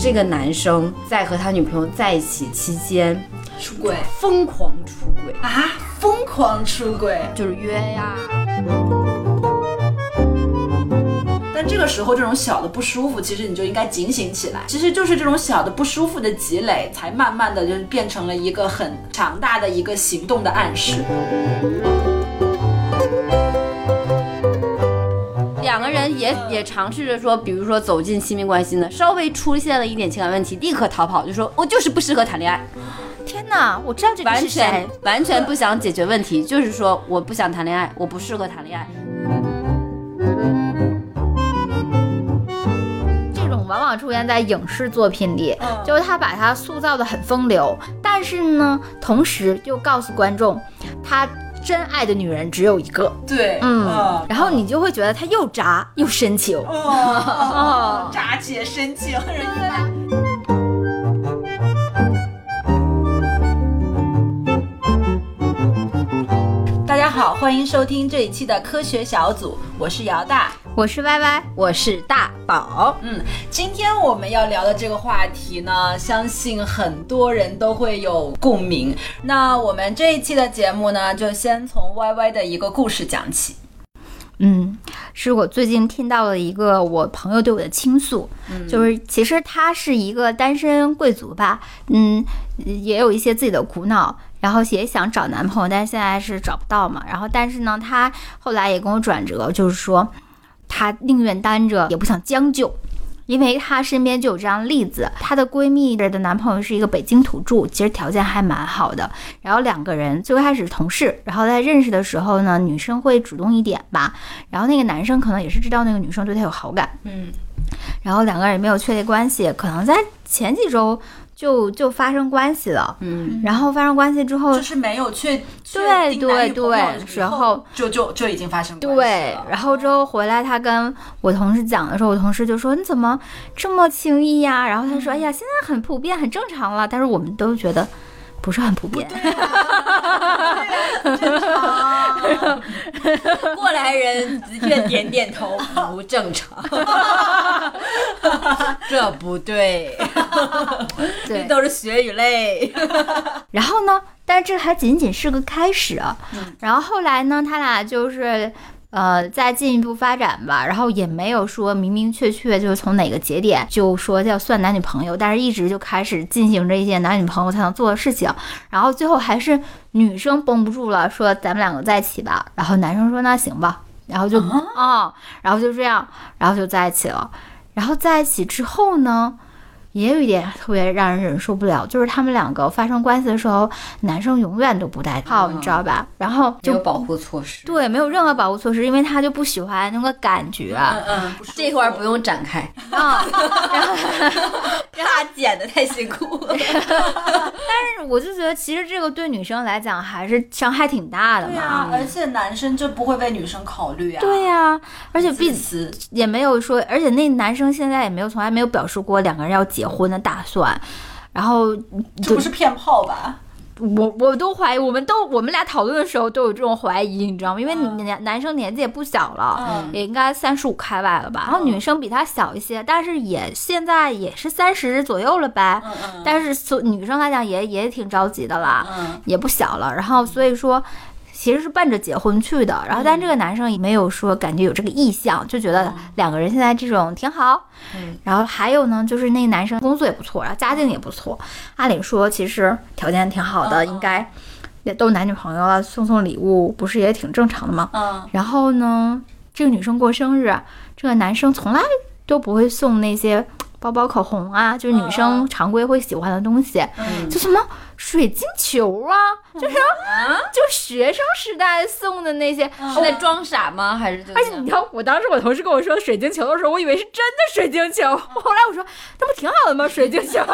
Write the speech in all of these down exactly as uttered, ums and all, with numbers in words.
这个男生在和他女朋友在一起期间出轨， 疯狂出轨啊！疯狂出轨， 就是约呀。 但这个时候，这种小的不舒服，其实你就应该警醒起来。其实就是这种小的不舒服的积累，才慢慢的就变成了一个很强大的一个行动的暗示。 两个人也也尝试着说，比如说走进亲密关系呢，稍微出现了一点情感问题，立刻逃跑，就说我就是不适合谈恋爱。 天哪，我知道这个是谁， 完全完全不想解决问题，就是说我不想谈恋爱，我不适合谈恋爱。 往往出现在影视作品里，嗯、就是他把他塑造的很风流，但是呢，同时就告诉观众，他真爱的女人只有一个。 对， 嗯，嗯然后你就会觉得他又渣又深情， 哦，哦渣且深情，大家好，欢迎收听这一期的科学小组，我是姚大。 我是歪歪， 我是大宝。 嗯，今天我们要聊的这个话题呢，相信很多人都会有共鸣。那我们这一期的节目呢，就先从歪歪的一个故事讲起。 嗯，是我最近听到了一个我朋友对我的倾诉，嗯、就是其实他是一个单身贵族吧，嗯，也有一些自己的苦恼。然后也想找男朋友，但是现在是找不到嘛。然后但是呢，他后来也跟我转折，就是说他宁愿单着也不想将就，因为他身边就有这样的例子。她的闺蜜的男朋友是一个北京土著，其实条件还蛮好的。然后两个人最开始同事，然后在认识的时候呢，女生会主动一点吧，然后那个男生可能也是知道那个女生对他有好感，嗯，然后两个人也没有确立关系，可能在前几周就就发生关系了，嗯，然后发生关系之后， 就是没有确对对对时候就就就已经发生关系了。 对，然后之后回来，他跟我同事讲的时候，我同事就说你怎么这么轻易呀？然后他说，哎呀，现在很普遍，很正常了。但是我们都觉得不是很普遍。 对啊，很正常。 过来人越点点头，不正常。这不对，这都是血与泪。 然后呢，但是这还仅仅是个开始。嗯、然后后来呢，他俩就是呃再进一步发展吧，然后也没有说明明确确就是从哪个节点就说要算男女朋友，但是一直就开始进行着一些男女朋友才能做的事情。然后最后还是女生绷不住了，说咱们两个在一起吧。然后男生说那行吧，然后就啊、uh-huh. 哦，然后就这样，然后就在一起了。然后在一起之后呢，也有一点特别让人忍受不了，就是他们两个发生关系的时候，男生永远都不戴套，嗯、你知道吧？然后就没有保护措施， 对，没有任何保护措施，因为他就不喜欢那个感觉。 嗯嗯， 这块不用展开啊，然后让他剪的太辛苦了。 但是我就觉得，其实这个对女生来讲还是伤害挺大的嘛。 对啊，而且男生就不会为女生考虑啊。 对呀、啊，而且彼此也没有说，而且那男生现在也没有从来没有表示过两个人要结婚的打算，然后这不是骗炮吧？ 我我都怀疑，我们都我们俩讨论的时候都有这种怀疑，你知道吗？因为你、嗯、男生年纪也不小了，嗯、也应该三十五开外了吧？然后女生比他小一些，但是也现在也是三十左右了呗。 嗯嗯、 但是女生来讲也也挺着急的啦， 嗯、 也不小了。然后所以说。其实是奔着结婚去的，然后但这个男生也没有说感觉有这个意向，就觉得两个人现在这种挺好。嗯，然后还有呢，就是那个男生工作也不错，然后家境也不错，按理说其实条件挺好的，应该也都男女朋友了，送送礼物不是也挺正常的吗？ 嗯， 然后呢，这个女生过生日，这个男生从来都不会送那些包包口红啊，就是女生常规会喜欢的东西，嗯、就什么水晶球啊，就是、嗯、就学生时代送的那些， 是在装傻吗？还是就？ 而且你知道，我当时我同事跟我说水晶球的时候，我以为是真的水晶球，后来我说那不挺好的吗？水晶球，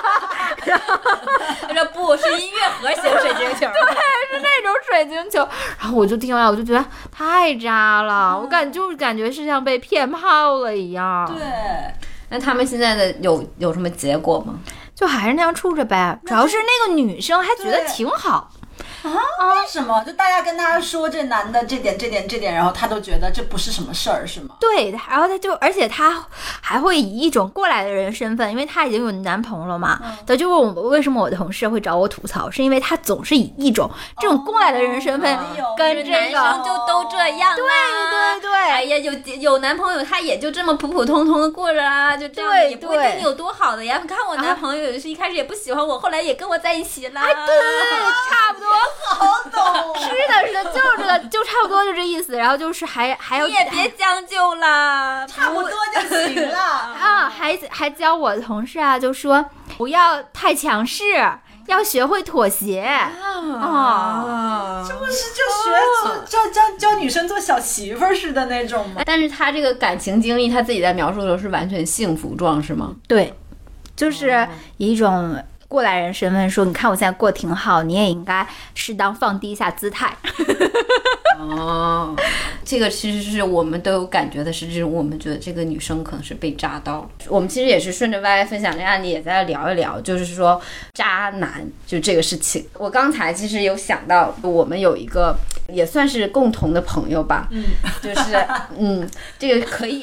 他说不是音乐盒型水晶球， 对，是那种水晶球。然后我就听完，我就觉得太渣了，我感就感觉是像被骗炮了一样。 对。 那他们现在的有有什么结果吗？ 就还是那样处着呗，主要是那个女生还觉得挺好。 为什么？就大家跟他说这男的这点这点这点，然后他都觉得这不是什么事儿，是吗？ 对，然后他就，而且他还会以一种过来的人身份，因为他已经有男朋友了嘛， 嗯、 他就问我为什么我的同事会找我吐槽，是因为他总是以一种这种过来的人身份跟这个、 男生就都这样、啊， 对对对， 哎呀，有有男朋友他也就这么普普通通的过着啊，就这样，也不会对你有多好的呀。你看我男朋友也是一开始也不喜欢我，后来也跟我在一起了， 哎，对对对，差不多， 好懂， 是的，是的，就是这个，就差不多就这意思。然后就是还还有， 你也别将就了， 差不多就行了啊，还还教我的同事啊，就说不要太强势。要学会妥协啊！ 哦，这不是就学做教教教女生做小媳妇儿似的那种吗？ 但是他这个感情经历，他自己在描述的时候是完全幸福状，是吗？ 对，就是以一种过来人身份说，你看我现在过挺好，你也应该适当放低一下姿态。 哦，这个其实是我们都有感觉的，是这种我们觉得这个女生可能是被扎到了。我们其实也是顺着 Y Y 分享这个案例，也在聊一聊，就是说渣男就这个事情。我刚才其实有想到，我们有一个也算是共同的朋友吧，嗯，就是嗯，这个可以。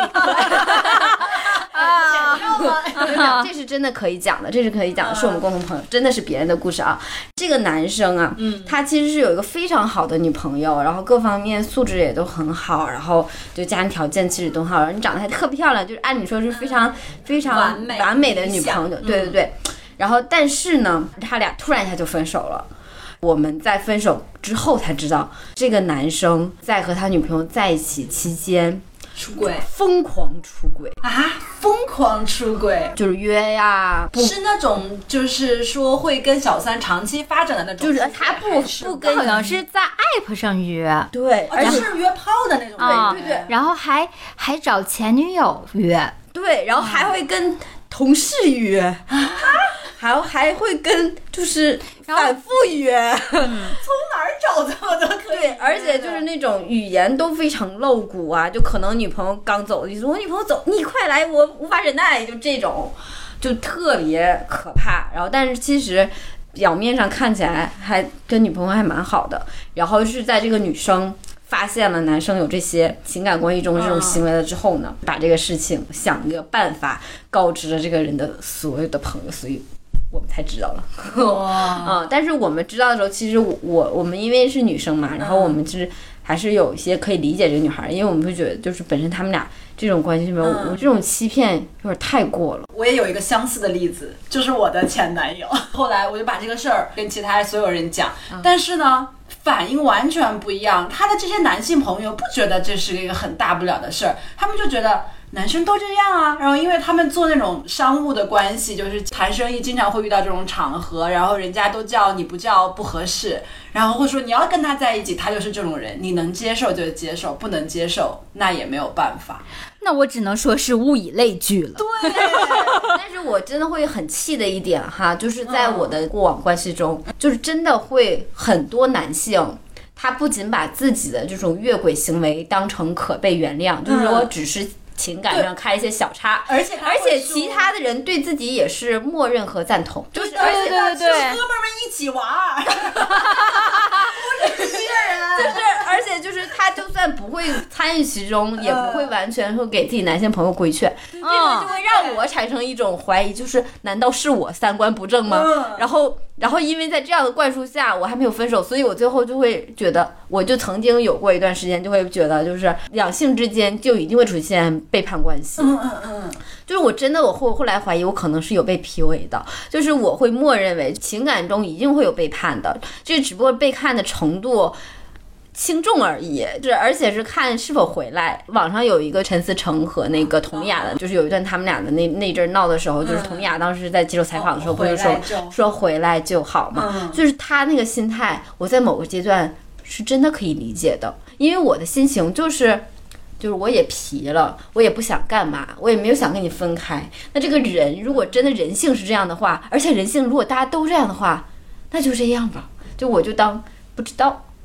啊，这是真的可以讲的，这是可以讲的，是我们共同朋友，真的是别人的故事啊。这个男生啊，嗯，他其实是有一个非常好的女朋友，然后各方面素质也都很好，然后就家庭条件其实都很好，然后你长得还特漂亮，就是按理说是非常非常完美的女朋友，对对对。然后但是呢，他俩突然一下就分手了。我们在分手之后才知道，这个男生在和他女朋友在一起期间。 出轨， 疯狂出轨啊！疯狂出轨， 就是约呀， 是那种就是说会跟小三长期发展的那种， 就是他不不跟， 好像是在 app 上约， 对， 而且是约炮的那种， 啊、 对对对， 然后还还找前女友约， 对，然后还会跟同事约，啊、还还会跟就是反复约， 从哪儿找这么多可以？ 对，而且就是那种语言都非常露骨啊，就可能女朋友刚走，你说我女朋友走，你快来，我无法忍耐，就这种，就特别可怕。然后，但是其实表面上看起来还跟女朋友还蛮好的，然后是在这个女生发现了男生有这些情感关系中这种行为了之后呢，把这个事情想一个办法告知了这个人的所有的朋友，所以我们才知道了。嗯，但是我们知道的时候，其实我我我们因为是女生嘛，然后我们其实还是有一些可以理解这个女孩，因为我们会觉得就是本身他们俩这种关系里面，我这种欺骗有点太过了。 我也有一个相似的例子，就是我的前男友。后来我就把这个事儿跟其他所有人讲，但是呢反应完全不一样。他的这些男性朋友不觉得这是一个很大不了的事儿，他们就觉得男生都这样啊。然后因为他们做那种商务的关系，就是谈生意经常会遇到这种场合，然后人家都叫你不叫不合适，然后会说你要跟他在一起，他就是这种人，你能接受就接受，不能接受那也没有办法。 那我只能说是物以类聚了。 对，但是我真的会很气的一点哈，就是在我的过往关系中，嗯、就是真的会很多男性，他不仅把自己的这种越轨行为当成可被原谅，嗯、就是我只是情感上开一些小差， 而且而且其他的人对自己也是默认和赞同，就是而且对对对， 哥们儿们一起玩儿，不是一个人， 就是而且就是他就算不会参与其中，也不会完全会给自己男性朋友规劝，这个就会让我产生一种怀疑，就是难道是我三观不正吗？然后然后因为在这样的灌输下，我还没有分手，所以我最后就会觉得，我就曾经有过一段时间就会觉得，就是两性之间就一定会出现背叛关系。 嗯嗯嗯， 就是我真的我后后来怀疑我可能是有被 P U A 的，就是我会默认为情感中一定会有背叛的，这只不过背叛的程度轻重而已，是而且是看是否回来。网上有一个陈思诚和那个佟丽娅的，就是有一段他们俩的那那阵闹的时候，就是佟丽娅当时在接受采访的时候，不是说说回来就好嘛，就是他那个心态，我在某个阶段是真的可以理解的，因为我的心情就是。就是我也皮了，我也不想干嘛，我也没有想跟你分开。那这个人如果真的人性是这样的话，而且人性如果大家都这样的话，那就这样吧，就我就当不知道。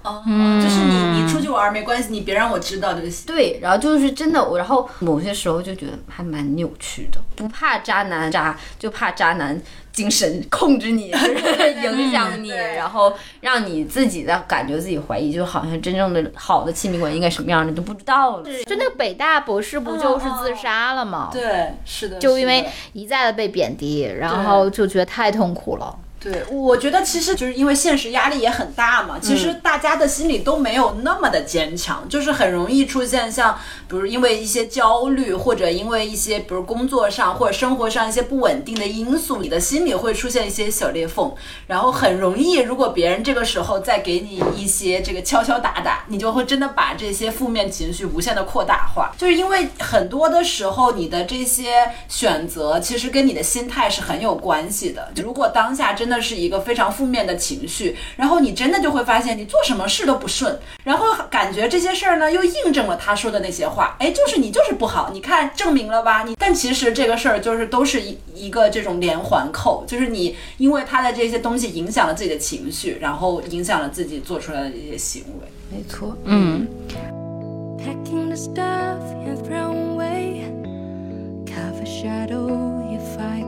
哦，嗯、就是你你出去玩没关系，你别让我知道就行。 对，然后就是真的，我然后某些时候就觉得还蛮扭曲的，不怕渣男渣，就怕渣男精神控制你，就是影响你，然后让你自己的感觉自己怀疑，就好像真正的好的亲密关系应该什么样的都不知道了。 就那个北大博士不就是自杀了吗？ 哦、对，是的， 就因为一再的被贬低，然后就觉得太痛苦了。 对，我觉得其实就是因为现实压力也很大嘛，其实大家的心理都没有那么的坚强、嗯、就是很容易出现像比如因为一些焦虑，或者因为一些比如工作上或者生活上一些不稳定的因素，你的心里会出现一些小裂缝，然后很容易如果别人这个时候再给你一些这个敲敲打打，你就会真的把这些负面情绪无限的扩大化。就是因为很多的时候你的这些选择其实跟你的心态是很有关系的，如果当下真的真的是一个非常负面的情绪，然后你真的就会发现你做什么事都不顺，然后感觉这些事儿呢又印证了他说的那些话，哎，就是你就是不好，你看证明了吧你，但其实这个事儿就是都是一一个这种连环扣，就是你因为他的这些东西影响了自己的情绪，然后影响了自己做出来的这些行为。 没错， 嗯。 Packing the stuff and throw away, cover shadow if I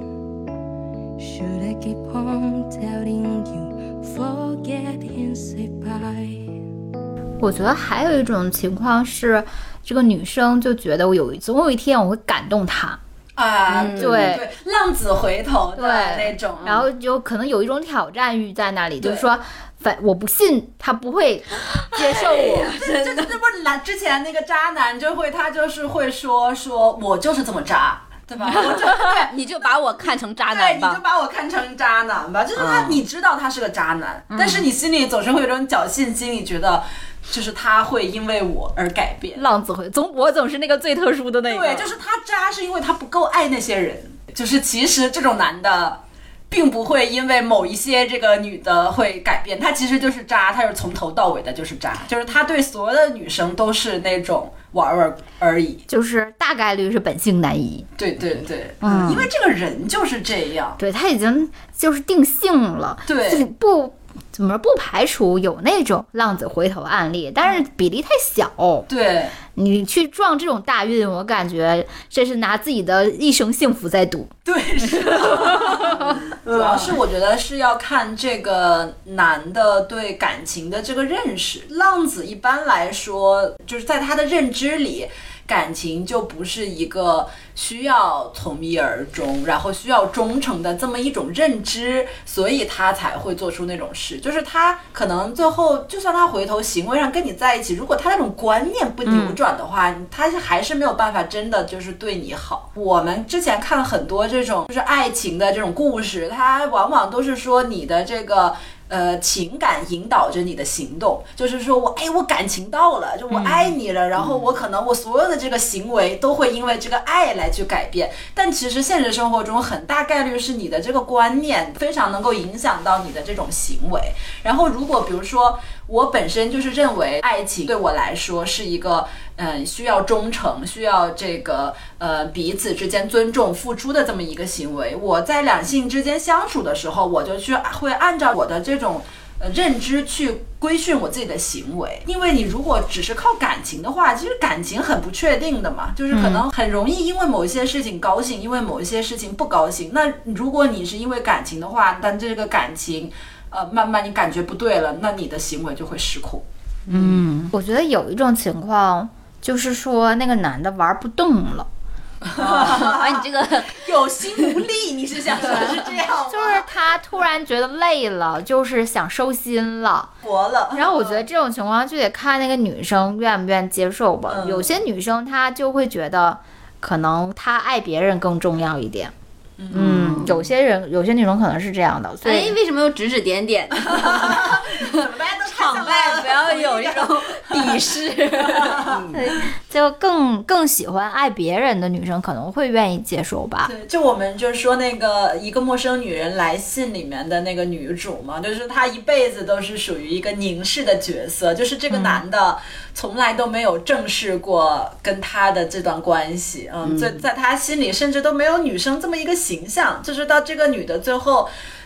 can.Should I keep on telling you, forget and say bye? 我觉得还有一种情况是，这个女生就觉得我有总有一天我会感动她啊、嗯， 对对，浪子回头的那种， 然后就可能有一种挑战欲在那里，就是说，反我不信他不会接受我。 这这这不是之前那个渣男就会，他就是会说说我就是这么渣。对吧？我就对， 你就把我看成渣男吧。 对，你就把我看成渣男吧。就是他，嗯、你知道他是个渣男、嗯，但是你心里总是会有种侥幸心理，觉得就是他会因为我而改变。 浪子回总，我总是那个最特殊的那个。 对，就是他渣是因为他不够爱那些人。就是其实这种男的并不会因为某一些这个女的会改变，他其实就是渣，他是从头到尾的就是渣，就是他对所有的女生都是那种玩玩而已， 就是大概率是本性难移。 对对对，嗯，因为这个人就是这样， 对，他已经就是定性了， 对， 不怎么不排除有那种浪子回头案例，但是比例太小。 对， 你去撞这种大运，我感觉这是拿自己的一生幸福在赌。 对，是的。主要是我觉得是要看这个男的对感情的这个认识。浪子一般来说，就是在他的认知里，感情就不是一个需要从一而终，然后需要忠诚的这么一种认知，所以他才会做出那种事。就是他可能最后就算他回头行为上跟你在一起，如果他那种观念不扭转的话、嗯、他还是没有办法真的就是对你好。我们之前看了很多这种就是爱情的这种故事，它往往都是说你的这个呃，情感引导着你的行动，就是说我哎，我感情到了，就我爱你了、嗯、然后我可能我所有的这个行为都会因为这个爱来去改变，但其实现实生活中很大概率是你的这个观念非常能够影响到你的这种行为。然后如果比如说我本身就是认为爱情对我来说是一个嗯，需要忠诚，需要这个呃彼此之间尊重付出的这么一个行为，我在两性之间相处的时候，我就去会按照我的这种呃认知去规训我自己的行为。因为你如果只是靠感情的话，其实感情很不确定的嘛，就是可能很容易因为某一些事情高兴，因为某一些事情不高兴。那如果你是因为感情的话，但这个感情呃慢慢你感觉不对了，那你的行为就会失控。 嗯，我觉得有一种情况就是说那个男的玩不动了。 啊，你这个有心无力，你是想说是这样吗？ 就是他突然觉得累了，就是想收心了， 活了。 然后我觉得这种情况就得看那个女生愿不愿意接受吧。嗯、有些女生她就会觉得，可能她爱别人更重要一点。嗯，嗯有些人有些女生可能是这样的。所以哎，为什么又指指点点呢？ 怎么大家都场外不要有这种鄙视。 对，就更更喜欢爱别人的女生可能会愿意接受吧。 对，就我们就是说那个一个陌生女人来信里面的那个女主嘛，就是她一辈子都是属于一个凝视的角色，就是这个男的从来都没有正视过跟她的这段关系，嗯，在在她心里甚至都没有女生这么一个形象，就是到这个女的最后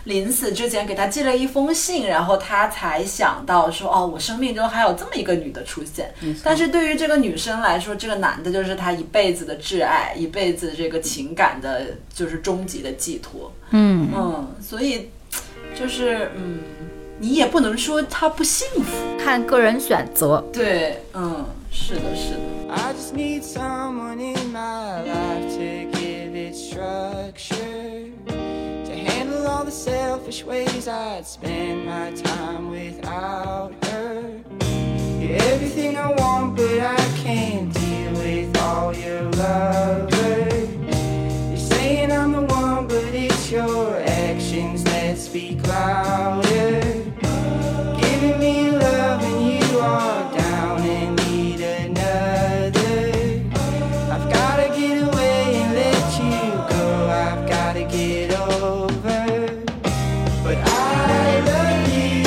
临死之前给他寄了一封信，然后他才想到说，哦，我生命中还有这么一个女的出现。但是对于这个女生来说，这个男的就是她一辈子的挚爱，一辈子这个情感的就是终极的寄托。 嗯嗯，所以就是嗯，你也不能说他不幸福， 看个人选择。 对，嗯，是的，是的。 I just need someone in my life to give it structure, to handle all the selfish ways I'd spend my time without her. You're everything I want, but I can't deal with all your lovers. You're saying I'm the one, but it's your actions that speak louder. Giving me love and you are down and need another. I've gotta get away and let you go. I've gotta get over. But I love you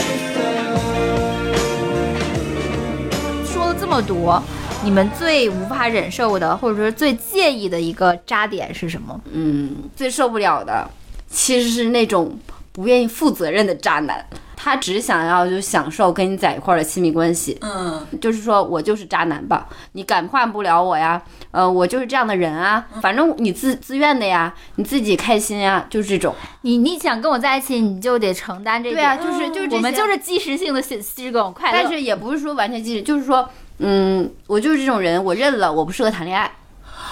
so. 说了这么多，你们最无法忍受的，或者说最介意的一个渣点是什么？ 嗯，最受不了的其实是那种不愿意负责任的渣男，他只想要就享受跟你在一块儿的亲密关系。 嗯， 就是说我就是渣男吧，你感化不了我呀，呃，我就是这样的人啊，反正你自自愿的呀，你自己开心呀，就是这种。 你你想跟我在一起，你就得承担这点。 对啊，就是就是这些我们就是即时性的这种快乐， 但是也不是说完全即时，就是说，嗯，我就是这种人，我认了，我不适合谈恋爱。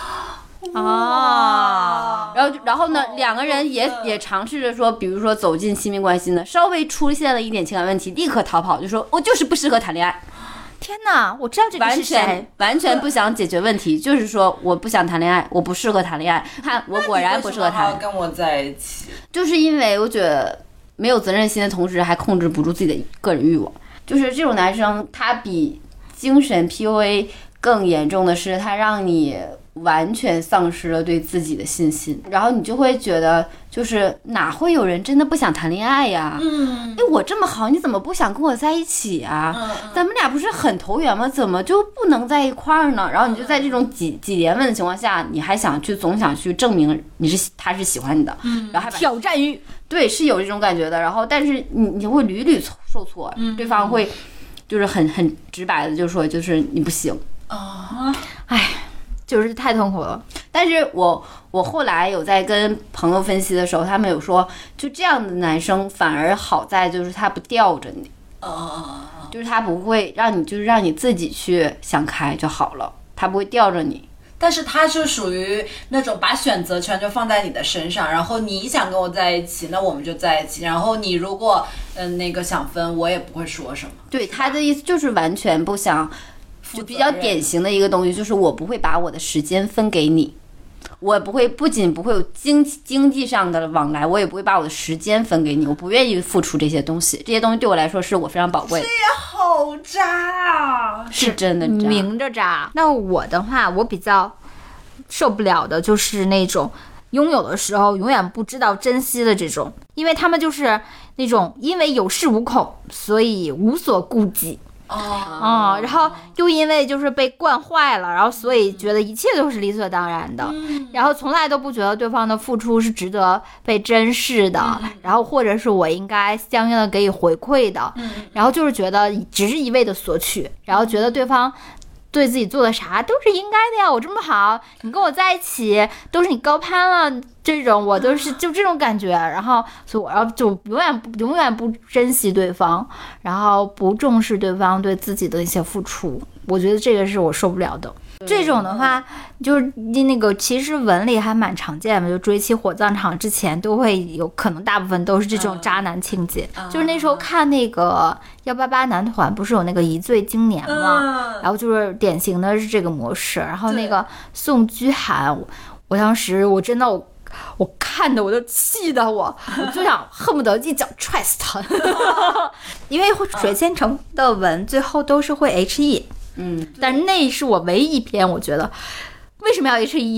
哦， 然后然后呢，两个人也也尝试着说，比如说走进亲密关系呢，稍微出现了一点情感问题，立刻逃跑，就说我就是不适合谈恋爱。 天哪，我知道这个是完全谁， 完全不想解决问题，就是说我不想谈恋爱，我不适合谈恋爱。看我果然不适合谈恋爱， 跟我在一起， 就是因为我觉得没有责任心的同时，还控制不住自己的个人欲望。就是这种男生，他比精神 P U A 更严重的是，他让你完全丧失了对自己的信心，然后你就会觉得，就是哪会有人真的不想谈恋爱呀？嗯，哎，我这么好，你怎么不想跟我在一起啊？嗯，咱们俩不是很投缘吗？怎么就不能在一块儿呢？然后你就在这种几几连问的情况下，你还想去总想去证明你是他是喜欢你的，嗯，然后还把挑战欲， 对，是有这种感觉的。然后，但是你你会屡屡受挫，嗯，对方会就是很很直白的就说，就是你不行啊， 哎。就是太痛苦了， 但是我我后来有在跟朋友分析的时候，他们有说，就这样的男生反而好在就是他不吊着你， 哦， 就是他不会让你就是让你自己去想开就好了，他不会吊着你。 但是他就属于那种把选择权就放在你的身上，然后你想跟我在一起，那我们就在一起，然后你如果嗯、呃、那个想分，我也不会说什么。 对，他的意思就是完全不想。就比较典型的一个东西，就是我不会把我的时间分给你，我不会不仅不会有经经济上的往来，我也不会把我的时间分给你，我不愿意付出这些东西，这些东西对我来说是我非常宝贵的。 这也好渣啊， 是真的渣， 明着渣。那我的话，我比较受不了的就是那种拥有的时候永远不知道珍惜的这种，因为他们就是那种因为有恃无恐，所以无所顾忌。 哦、 嗯，然后又因为就是被惯坏了，然后所以觉得一切都是理所当然的，嗯、然后从来都不觉得对方的付出是值得被珍视的，嗯、然后或者是我应该相应的给予回馈的，嗯、然后就是觉得只是一味的索取，然后觉得对方对自己做的啥都是应该的呀，我这么好，你跟我在一起都是你高攀了，这种我都是就这种感觉，然后所以我要就永远不永远不珍惜对方，然后不重视对方对自己的一些付出，我觉得这个是我受不了的。这种的话，就是那个其实文里还蛮常见的，就追妻火葬场之前都会有可能大部分都是这种渣男情节。嗯、就是那时候看那个幺八八男团，不是有那个一醉经年嘛，嗯、然后就是典型的是这个模式。然后那个宋居涵，我, 我当时我真的我。我看的我都气得我，我就想恨不得一脚踹死他，因为水千城的文最后都是会 H E， 嗯，但是那是我唯一一篇我觉得为什么要 H E，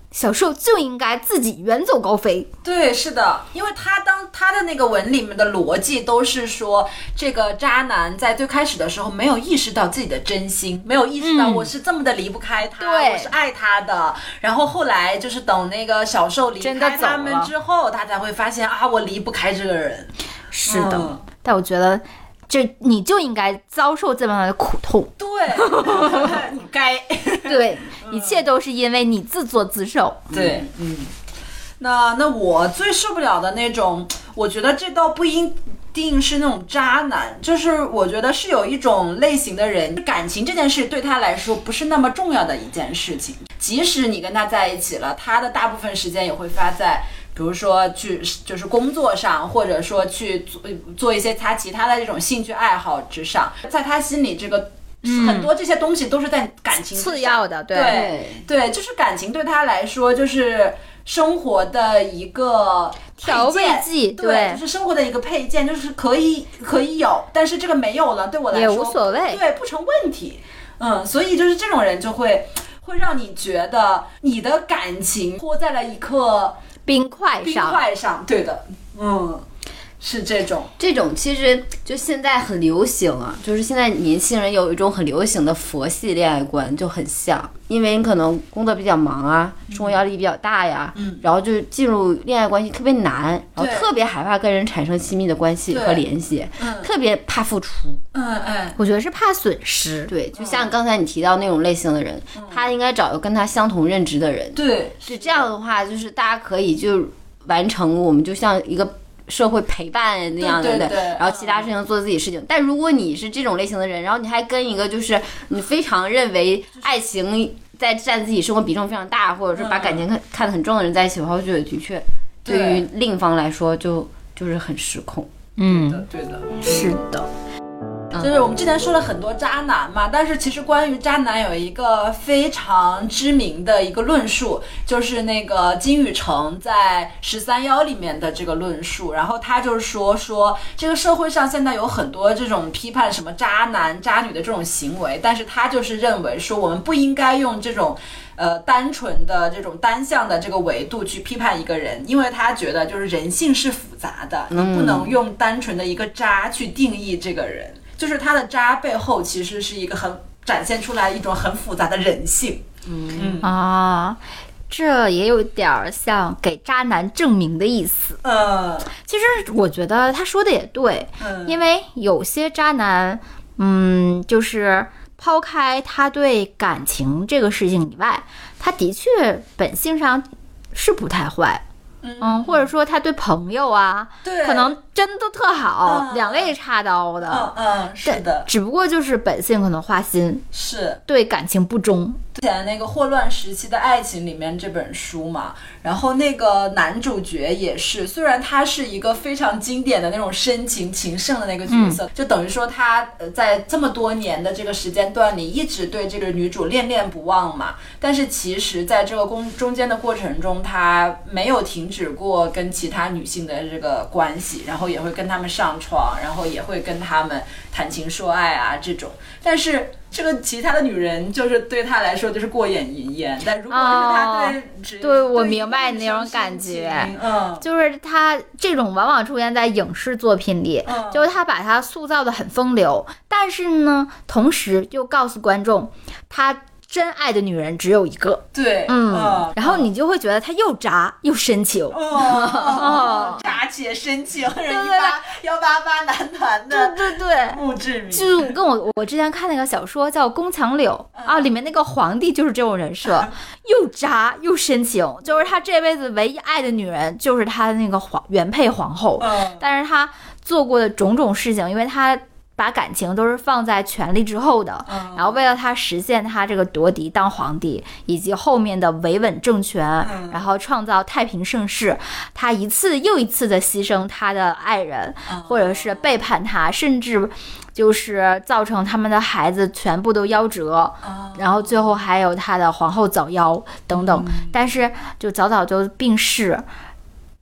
小受就应该自己远走高飞。 对，是的，因为他当他的那个文里面的逻辑都是说，这个渣男在最开始的时候没有意识到自己的真心，没有意识到我是这么的离不开他， 对我是爱他的。然后后来就是等那个小受离开他们之后，他才会发现啊，我离不开这个人。 是的， 嗯、 但我觉得这你就应该遭受这么样的苦痛。 对，你该。 对，一切都是因为你自作自受。 对，嗯。那那我最受不了的那种，我觉得这倒不一定是那种渣男，就是我觉得是有一种类型的人，感情这件事对他来说不是那么重要的一件事情，即使你跟他在一起了，他的大部分时间也会花在比如说去就是工作上，或者说去做做一些他其他的这种兴趣爱好之上，在他心里这个很多这些东西都是在感情之上、 次要的，对对, 对，就是感情对他来说就是生活的一个调味剂， 对， 对， 就是生活的一个配件，就是可以可以有，但是这个没有了，对我来说也无所谓， 对，不成问题。嗯，所以就是这种人就会会让你觉得你的感情拖在了一颗冰块上， 冰块上，对的，嗯。是这种， 这种其实就现在很流行啊，就是现在年轻人有一种很流行的佛系恋爱观，就很像，因为你可能工作比较忙啊，生活压力比较大呀， 嗯， 然后就进入恋爱关系特别难，然后特别害怕跟人产生亲密的关系和联系， 嗯， 特别怕付出， 嗯嗯， 我觉得是怕损失， 对，就像刚才你提到那种类型的人，嗯、他应该找个跟他相同认知的人， 对， 是这样的话，就是大家可以就完成，我们就像一个社会陪伴那样的， 对对对， 然后其他事情做自己事情。但如果你是这种类型的人，然后你还跟一个就是你非常认为爱情在占自己生活比重非常大，或者是把感情看看得很重的人在一起的话，我觉得的确对于另一方来说就就是很失控。 嗯， 对的， 是的。 就是我们之前说了很多渣男嘛，但是其实关于渣男有一个非常知名的一个论述，就是那个金宇澄在十三幺里面的这个论述，然后他就是说说这个社会上现在有很多这种批判什么渣男渣女的这种行为，但是他就是认为说我们不应该用这种呃，单纯的这种单向的这个维度去批判一个人，因为他觉得就是人性是复杂的，你不能用单纯的一个渣去定义这个人，就是他的渣背后其实是一个很展现出来一种很复杂的人性。 嗯啊，这也有点像给渣男证明的意思。 嗯， 其实我觉得他说的也对， 嗯， 因为有些渣男，嗯，就是抛开他对感情这个事情以外，他的确本性上是不太坏。嗯，或者说他对朋友啊， 对， 可能真的特好， 嗯、 两肋插刀的， 嗯嗯，是的， 只不过就是本性可能花心， 是对感情不忠。 之前那个《霍乱时期的爱情》里面这本书嘛，然后那个男主角也是，虽然他是一个非常经典的那种深情情圣的那个角色，嗯、就等于说他在这么多年的这个时间段里一直对这个女主恋恋不忘嘛，但是其实在这个中中间的过程中，他没有停止过跟其他女性的这个关系，然后也会跟他们上床，然后也会跟他们谈情说爱啊这种，但是这个其他的女人就是对他来说就是过眼云烟，但如果是他对、哦、 对, 对我明白你那种感觉， 嗯， 就是他这种往往出现在影视作品里， 嗯、 就是他把他塑造的很风流，但是呢同时又告诉观众他真爱的女人只有一个， 对， 嗯， 嗯然后你就会觉得他又渣又深情， 哦，哦渣且深情，一八幺八八男团的， 对对对， 墓志铭， 就跟我我之前看那个小说叫《宫墙柳》啊，里面那个皇帝就是这种人设，又渣又深情，就是他这辈子唯一爱的女人就是他的那个皇原配皇后， 嗯， 但是他做过的种种事情，因为他把感情都是放在权力之后的， 嗯、 然后为了他实现他这个夺嫡当皇帝，以及后面的维稳政权， 嗯、 然后创造太平盛世，他一次又一次的牺牲他的爱人， 嗯、 或者是背叛他，甚至就是造成他们的孩子全部都夭折， 嗯、 然后最后还有他的皇后早夭等等， 嗯、 但是就早早就病逝。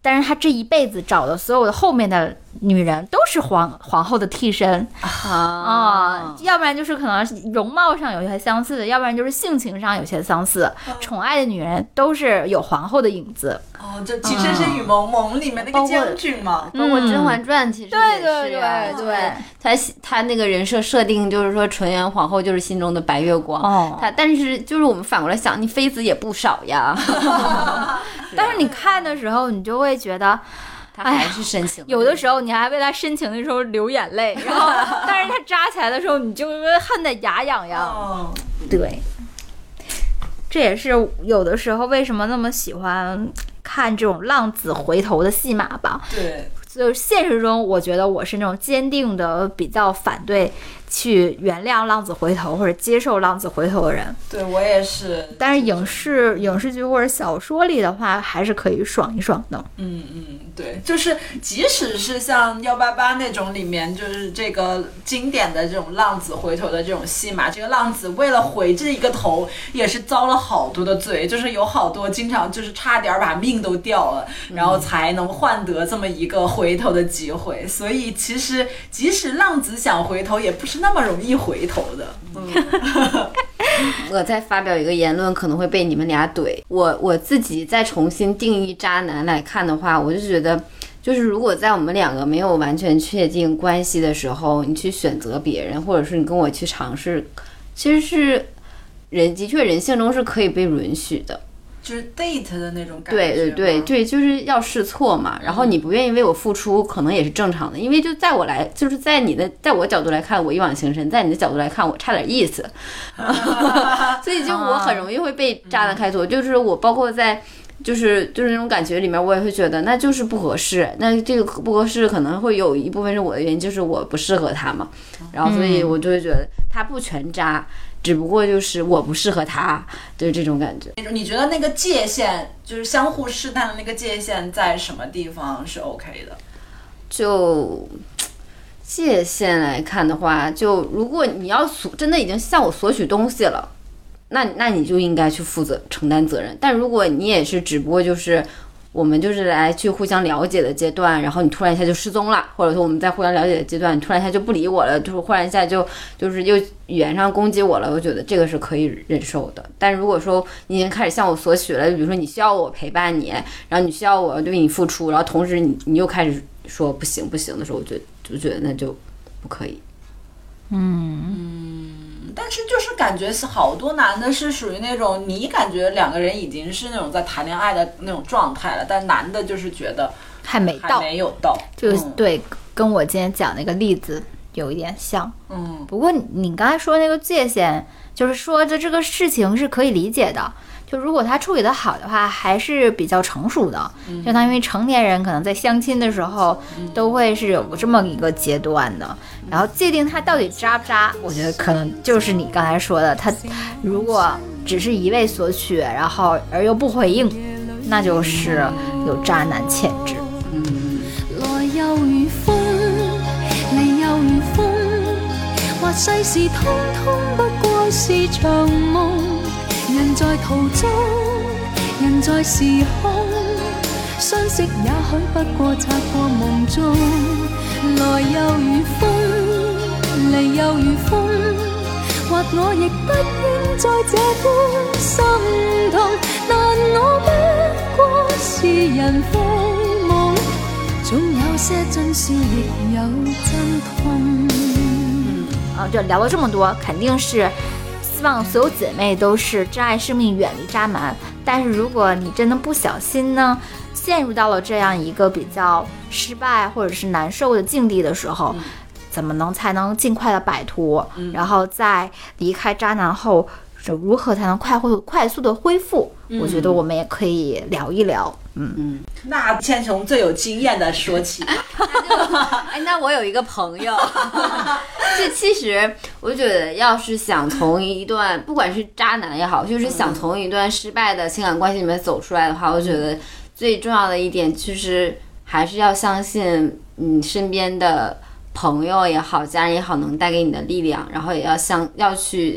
但是他这一辈子找的所有的后面的女人都是皇皇后的替身啊、哦，要不然就是可能容貌上有些相似的，要不然就是性情上有些相似，宠爱的女人都是有皇后的影子。 哦，这其实是《雨蒙蒙》里面那个将军嘛， 包括《甄嬛传》其实也是呀、 对对对对， 他他那个人设设定就是说纯元皇后就是心中的白月光， 哦， 他但是就是我们反过来想，你妃子也不少呀， 但是你看的时候，你就会觉得。 他还是深情、哎， 有的时候你还为他深情的时候流眼泪，然后但是他扎起来的时候，你就恨得牙痒痒。 哦、 对，这也是有的时候为什么那么喜欢看这种浪子回头的戏码吧。 对， 就是现实中，我觉得我是那种坚定的比较反对去原谅浪子回头或者接受浪子回头的人。 对，我也是。 但是影视影视剧或者小说里的话，还是可以爽一爽的。 嗯嗯，对，就是即使是像幺八八那种里面，就是这个经典的这种浪子回头的这种戏码，这个浪子为了回这一个头，也是遭了好多的罪，就是有好多经常就是差点把命都掉了，然后才能换得这么一个回头的机会。所以其实即使浪子想回头，也不是那么容易回头的。嗯， 我再发表一个言论可能会被你们俩怼。我我自己再重新定义渣男来看的话，我就觉得就是如果在我们两个没有完全确定关系的时候，你去选择别人，或者是你跟我去尝试，其实是人的确人性中是可以被允许的， 就是 date 的那种感觉。 对对对对，就是要试错嘛。然后你不愿意为我付出，可能也是正常的，因为就在我来，就是在你的，在我角度来看，我一往情深；在你的角度来看，我差点意思。所以就我很容易会被渣男开脱，就是我包括在。就是就是那种感觉里面，我也会觉得那就是不合适。那这个不合适可能会有一部分是我的原因，就是我不适合他嘛。然后所以我就会觉得他不全渣，只不过就是我不适合他，就是这种感觉。 你觉得那个界限，就是相互试探的那个界限在什么地方是 OK 的？ 就界限来看的话，就如果你要索真的已经向我索取东西了。那那你就应该去负责承担责任，但如果你也是只不过就是我们就是来去互相了解的阶段，然后你突然一下就失踪了，或者说我们在互相了解的阶段，你突然一下就不理我了，就是忽然一下就就是又语言上攻击我了，我觉得这个是可以忍受的。但如果说你已经开始向我索取了，就比如说你需要我陪伴你，然后你需要我对你付出，然后同时你你又开始说不行不行的时候，我觉得就觉得那就不可以。 嗯嗯。但是就是感觉是好多男的是属于那种你感觉两个人已经是那种在谈恋爱的那种状态了，但男的就是觉得还没到， 还没有到， 就、 嗯、 对，跟我今天讲那个例子有一点像。 嗯， 不过你刚才说那个界限，就是说的这个事情是可以理解的。就如果他处理得好的话，还是比较成熟的， 嗯、 相当于成年人可能在相亲的时候、嗯、都会是有这么一个阶段的。嗯、然后界定他到底渣不渣，我觉得可能就是你刚才说的，他如果只是一味索取，然后而又不回应，那就是有渣男潜质。 嗯， 來又如風，離又如風，或世事通通不過是場夢。人在途中，人在時空，相識也許不過擦過夢中。來又如風，離又如風，或我亦不應再這般心痛，但我不過是人非夢，總有些真事亦有真痛。 嗯，啊，就聊了這麼多，肯定是希望所有姐妹都是珍愛生命，遠離渣男。但是如果你真的不小心呢，陷入到了这样一个比较失败或者是难受的境地的时候，嗯、怎么能才能尽快的摆脱？嗯、然后在离开渣男后，如何才能快速快速的恢复？嗯、我觉得我们也可以聊一聊。嗯嗯，那先从最有经验的说起吧。 哎，那我有一个朋友，这其实我觉得，要是想从一段不管是渣男也好，就是想从一段失败的情感关系里面走出来的话，我觉得最重要的一点就是还是要相信你身边的朋友也好，家人也好，能带给你的力量，然后也要相要去。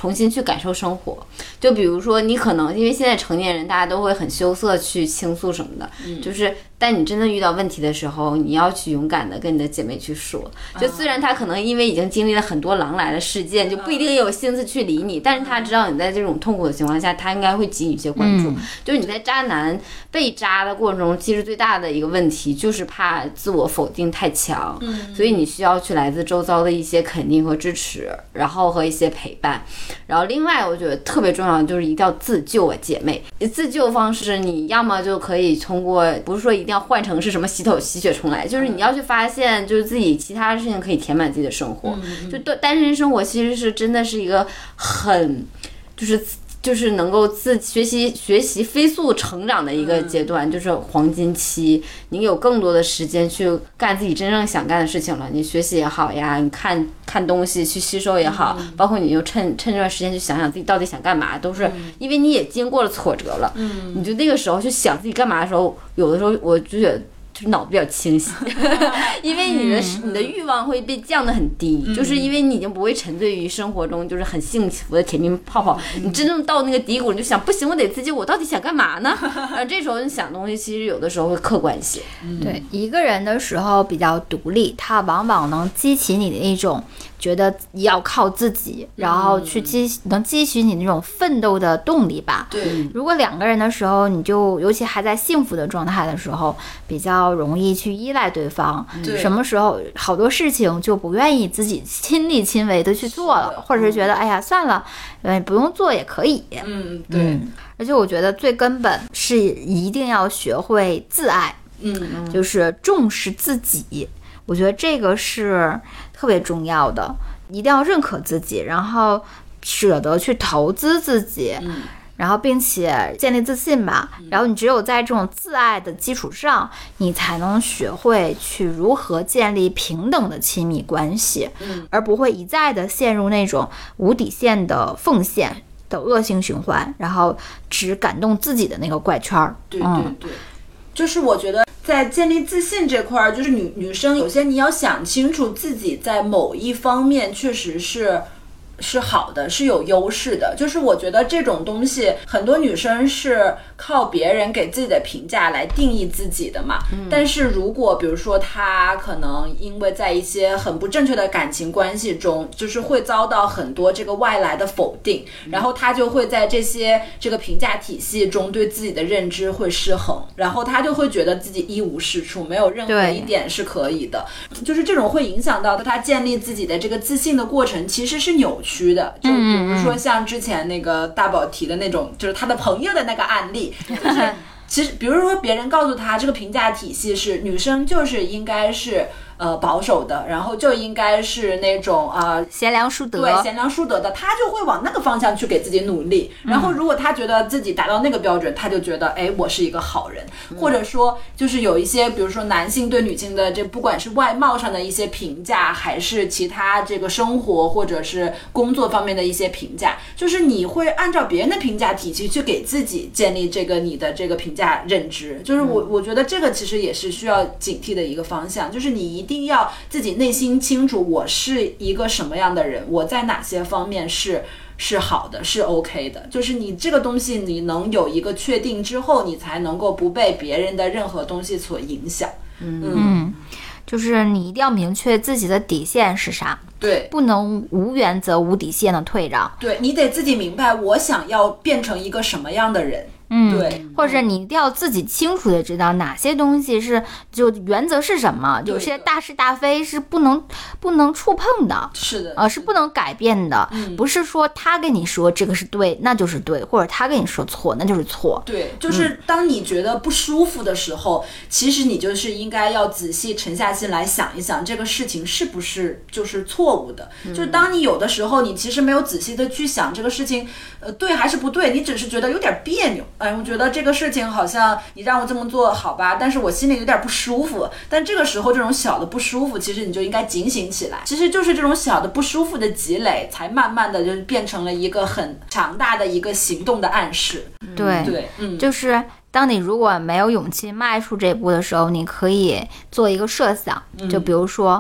重新去感受生活。就比如说你可能因为现在成年人大家都会很羞涩去倾诉什么的，嗯、就是但你真的遇到问题的时候，你要去勇敢的跟你的姐妹去说。就虽然她可能因为已经经历了很多狼来的事件，就不一定有心思去理你，但是她知道你在这种痛苦的情况下，她应该会给予一些关注。嗯、就是你在渣男被渣的过程中，其实最大的一个问题就是怕自我否定太强，嗯、所以你需要去来自周遭的一些肯定和支持，然后和一些陪伴。然后另外我觉得特别重要的就是一定要自救啊，姐妹。自救方式你要么就可以通过，不是说一定要换成是什么洗头洗血重来，就是你要去发现就是自己其他的事情可以填满自己的生活。嗯、就单身生活其实是真的是一个很就是就是能够自学习学习飞速成长的一个阶段，就是黄金期，你有更多的时间去干自己真正想干的事情了。你学习也好呀，你看看东西去吸收也好，嗯、包括你就趁趁这段时间去想想自己到底想干嘛，都是因为你也经过了挫折了。嗯，你就那个时候去想自己干嘛的时候，有的时候我就觉得。就是脑子比较清晰，因为你的、嗯、你的欲望会被降得很低、嗯，就是因为你已经不会沉醉于生活中就是很幸福的甜蜜泡泡、嗯。你真正到那个低谷，你就想不行，我得自己，我到底想干嘛呢？啊，这时候你想东西其实有的时候会客观一些。 嗯、对，一个人的时候比较独立，他往往能激起你的一种觉得要靠自己，然后去激能激起你那种奋斗的动力吧。 对， 如果两个人的时候，你就尤其还在幸福的状态的时候，比较容易去依赖对方。 对， 什么时候好多事情就不愿意自己亲力亲为的去做了，或者是觉得哎呀算了，呃不用做也可以。 嗯，对。 嗯、而且我觉得最根本是一定要学会自爱。 嗯， 就是重视自己。我觉得这个是特别重要的，一定要认可自己，然后舍得去投资自己， 嗯、 然后并且建立自信吧。嗯、然后你只有在这种自爱的基础上，你才能学会去如何建立平等的亲密关系， 嗯、 而不会一再的陷入那种无底线的奉献的恶性循环，然后只感动自己的那个怪圈儿。 对对对，嗯、就是我觉得。在建立自信这块儿，就是女女生，首先你要想清楚自己在某一方面确实是是好的，是有优势的。就是我觉得这种东西，很多女生是靠别人给自己的评价来定义自己的嘛。嗯、但是如果比如说她可能因为在一些很不正确的感情关系中，就是会遭到很多这个外来的否定，嗯、然后她就会在这些这个评价体系中对自己的认知会失衡，然后她就会觉得自己一无是处，没有任何一点是可以的。就是这种会影响到她建立自己的这个自信的过程，其实是扭曲的。就比如说像之前那个大宝提的那种，就是他的朋友的那个案例，就是其实比如说别人告诉他这个评价体系是女生就是应该是呃保守的，然后就应该是那种啊、呃、 贤良淑德， 对贤良淑德的，他就会往那个方向去给自己努力。然后如果他觉得自己达到那个标准，他就觉得哎我是一个好人。或者说就是有一些比如说男性对女性的这不管是外貌上的一些评价，还是其他这个生活或者是工作方面的一些评价，就是你会按照别人的评价体系去给自己建立这个你的这个评价认知。就是我我觉得这个其实也是需要警惕的一个方向，就是你一定要自己内心清楚我是一个什么样的人，我在哪些方面是是好的，是 OK 的。就是你这个东西你能有一个确定之后，你才能够不被别人的任何东西所影响。 嗯嗯，就是你一定要明确自己的底线是啥， 对， 不能无原则无底线的退让。 对，你得自己明白我想要变成一个什么样的人。 嗯， 对， 或者你一定要自己清楚的知道哪些东西是就原则是什么，有些大是大非是不能不能触碰的， 是的， 呃，是不能改变的。 嗯、 不是说他跟你说这个是对，那就是对，或者他跟你说错，那就是错。 对，就是当你觉得不舒服的时候，嗯、其实你就是应该要仔细沉下心来想一想，这个事情是不是就是错误的。嗯、就是当你有的时候，你其实没有仔细的去想这个事情，呃，对还是不对，你只是觉得有点别扭。哎，我觉得这个事情好像你让我这么做好吧，但是我心里有点不舒服。但这个时候这种小的不舒服，其实你就应该警醒起来。其实就是这种小的不舒服的积累，才慢慢的就变成了一个很强大的一个行动的暗示。 对对，嗯， 就是当你如果没有勇气迈出这一步的时候，你可以做一个设想，就比如说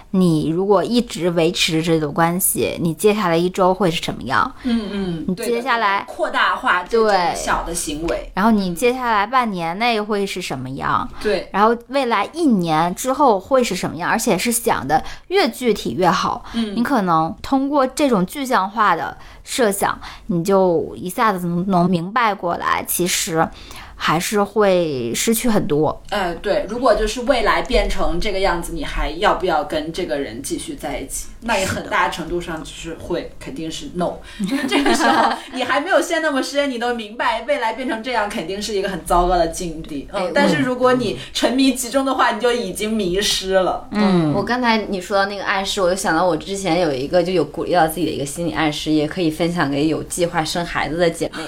你如果一直维持这种关系，你接下来一周会是什么样？ 嗯嗯， 你接下来扩大化这种对小的行为， 然后你接下来半年内会是什么样？ 对， 然后未来一年之后会是什么样？而且是想的越具体越好。 嗯， 你可能通过这种具象化的设想，你就一下子能能明白过来，其实还是会失去很多。 哎，对，如果就是未来变成这个样子，你还要不要跟这个人继续在一起？那也很大程度上就是会，肯定是 no。就是这个时候你还没有陷那么深，你都明白未来变成这样肯定是一个很糟糕的境地。嗯， 哎但是如果你沉迷其中的话，你就已经迷失了。 嗯， 我刚才你说到那个暗示，我就想到我之前有一个就有鼓励到自己的一个心理暗示，也可以分享给有计划生孩子的姐妹。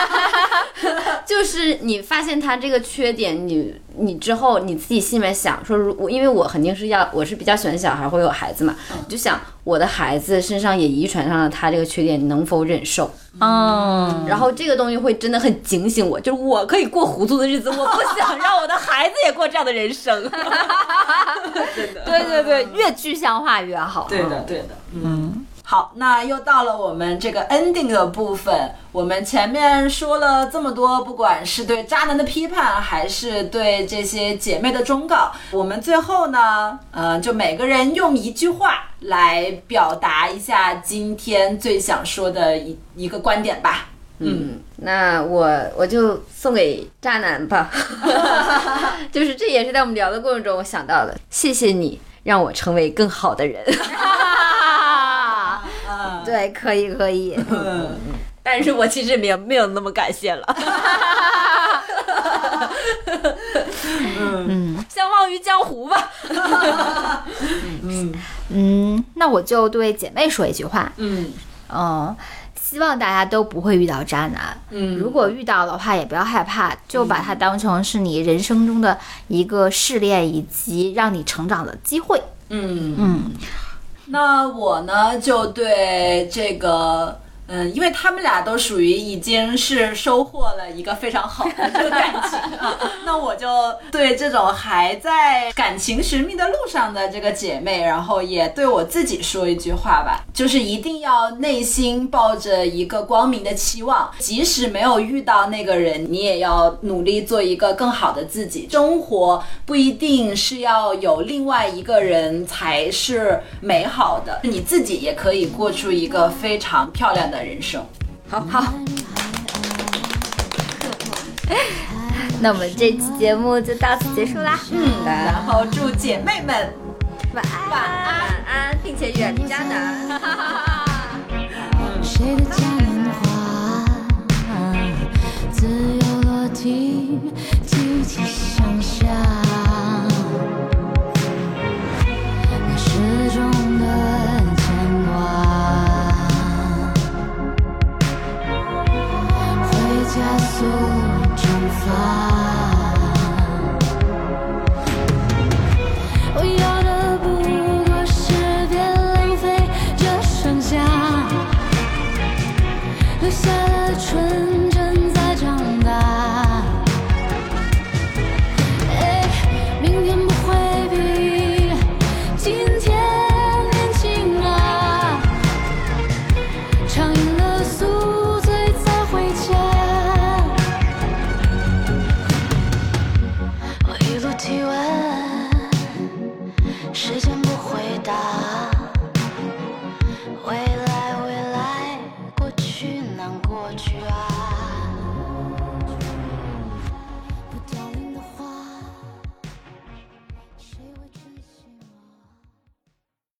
就是你发现他这个缺点，你你之后你自己心里面想说，如因为我肯定是要，我是比较喜欢小孩会有孩子嘛，你就想我的孩子身上也遗传上了他这个缺点，你能否忍受？ 嗯， 然后这个东西会真的很警醒我，就是我可以过糊涂的日子，我不想让我的孩子也过这样的人生。 真的， 对对对，越具象化越好。 对的，对的，嗯。好，那又到了我们这个 ending 的部分。我们前面说了这么多，不管是对渣男的批判，还是对这些姐妹的忠告，我们最后呢，呃，就每个人用一句话来表达一下今天最想说的一一个观点吧。 嗯，那我我就送给渣男吧，就是这也是在我们聊的过程中我想到的。谢谢你让我成为更好的人。 对，可以可以。 嗯， 但是我其实没有没有那么感谢了。嗯，相忘于江湖吧。 嗯嗯，那我就对姐妹说一句话。 嗯嗯，希望大家都不会遇到渣男。 嗯， 如果遇到的话，也不要害怕，就把它当成是你人生中的一个试炼，以及让你成长的机会。 嗯嗯。 那我呢，就对这个，嗯，因为他们俩都属于已经是收获了一个非常好的这个感情啊，那我就对这种还在感情寻觅的路上的这个姐妹，然后也对我自己说一句话吧，就是一定要内心抱着一个光明的期望，即使没有遇到那个人，你也要努力做一个更好的自己。生活不一定是要有另外一个人才是美好的，你自己也可以过出一个非常漂亮的人生。 好好， 那我们这期节目就到此结束啦。 嗯，然后祝姐妹们晚安。 晚安，晚安，并且远离渣男。 谁的嘉年华，自由落体，提起想象，那始终的牵挂，会加速蒸发。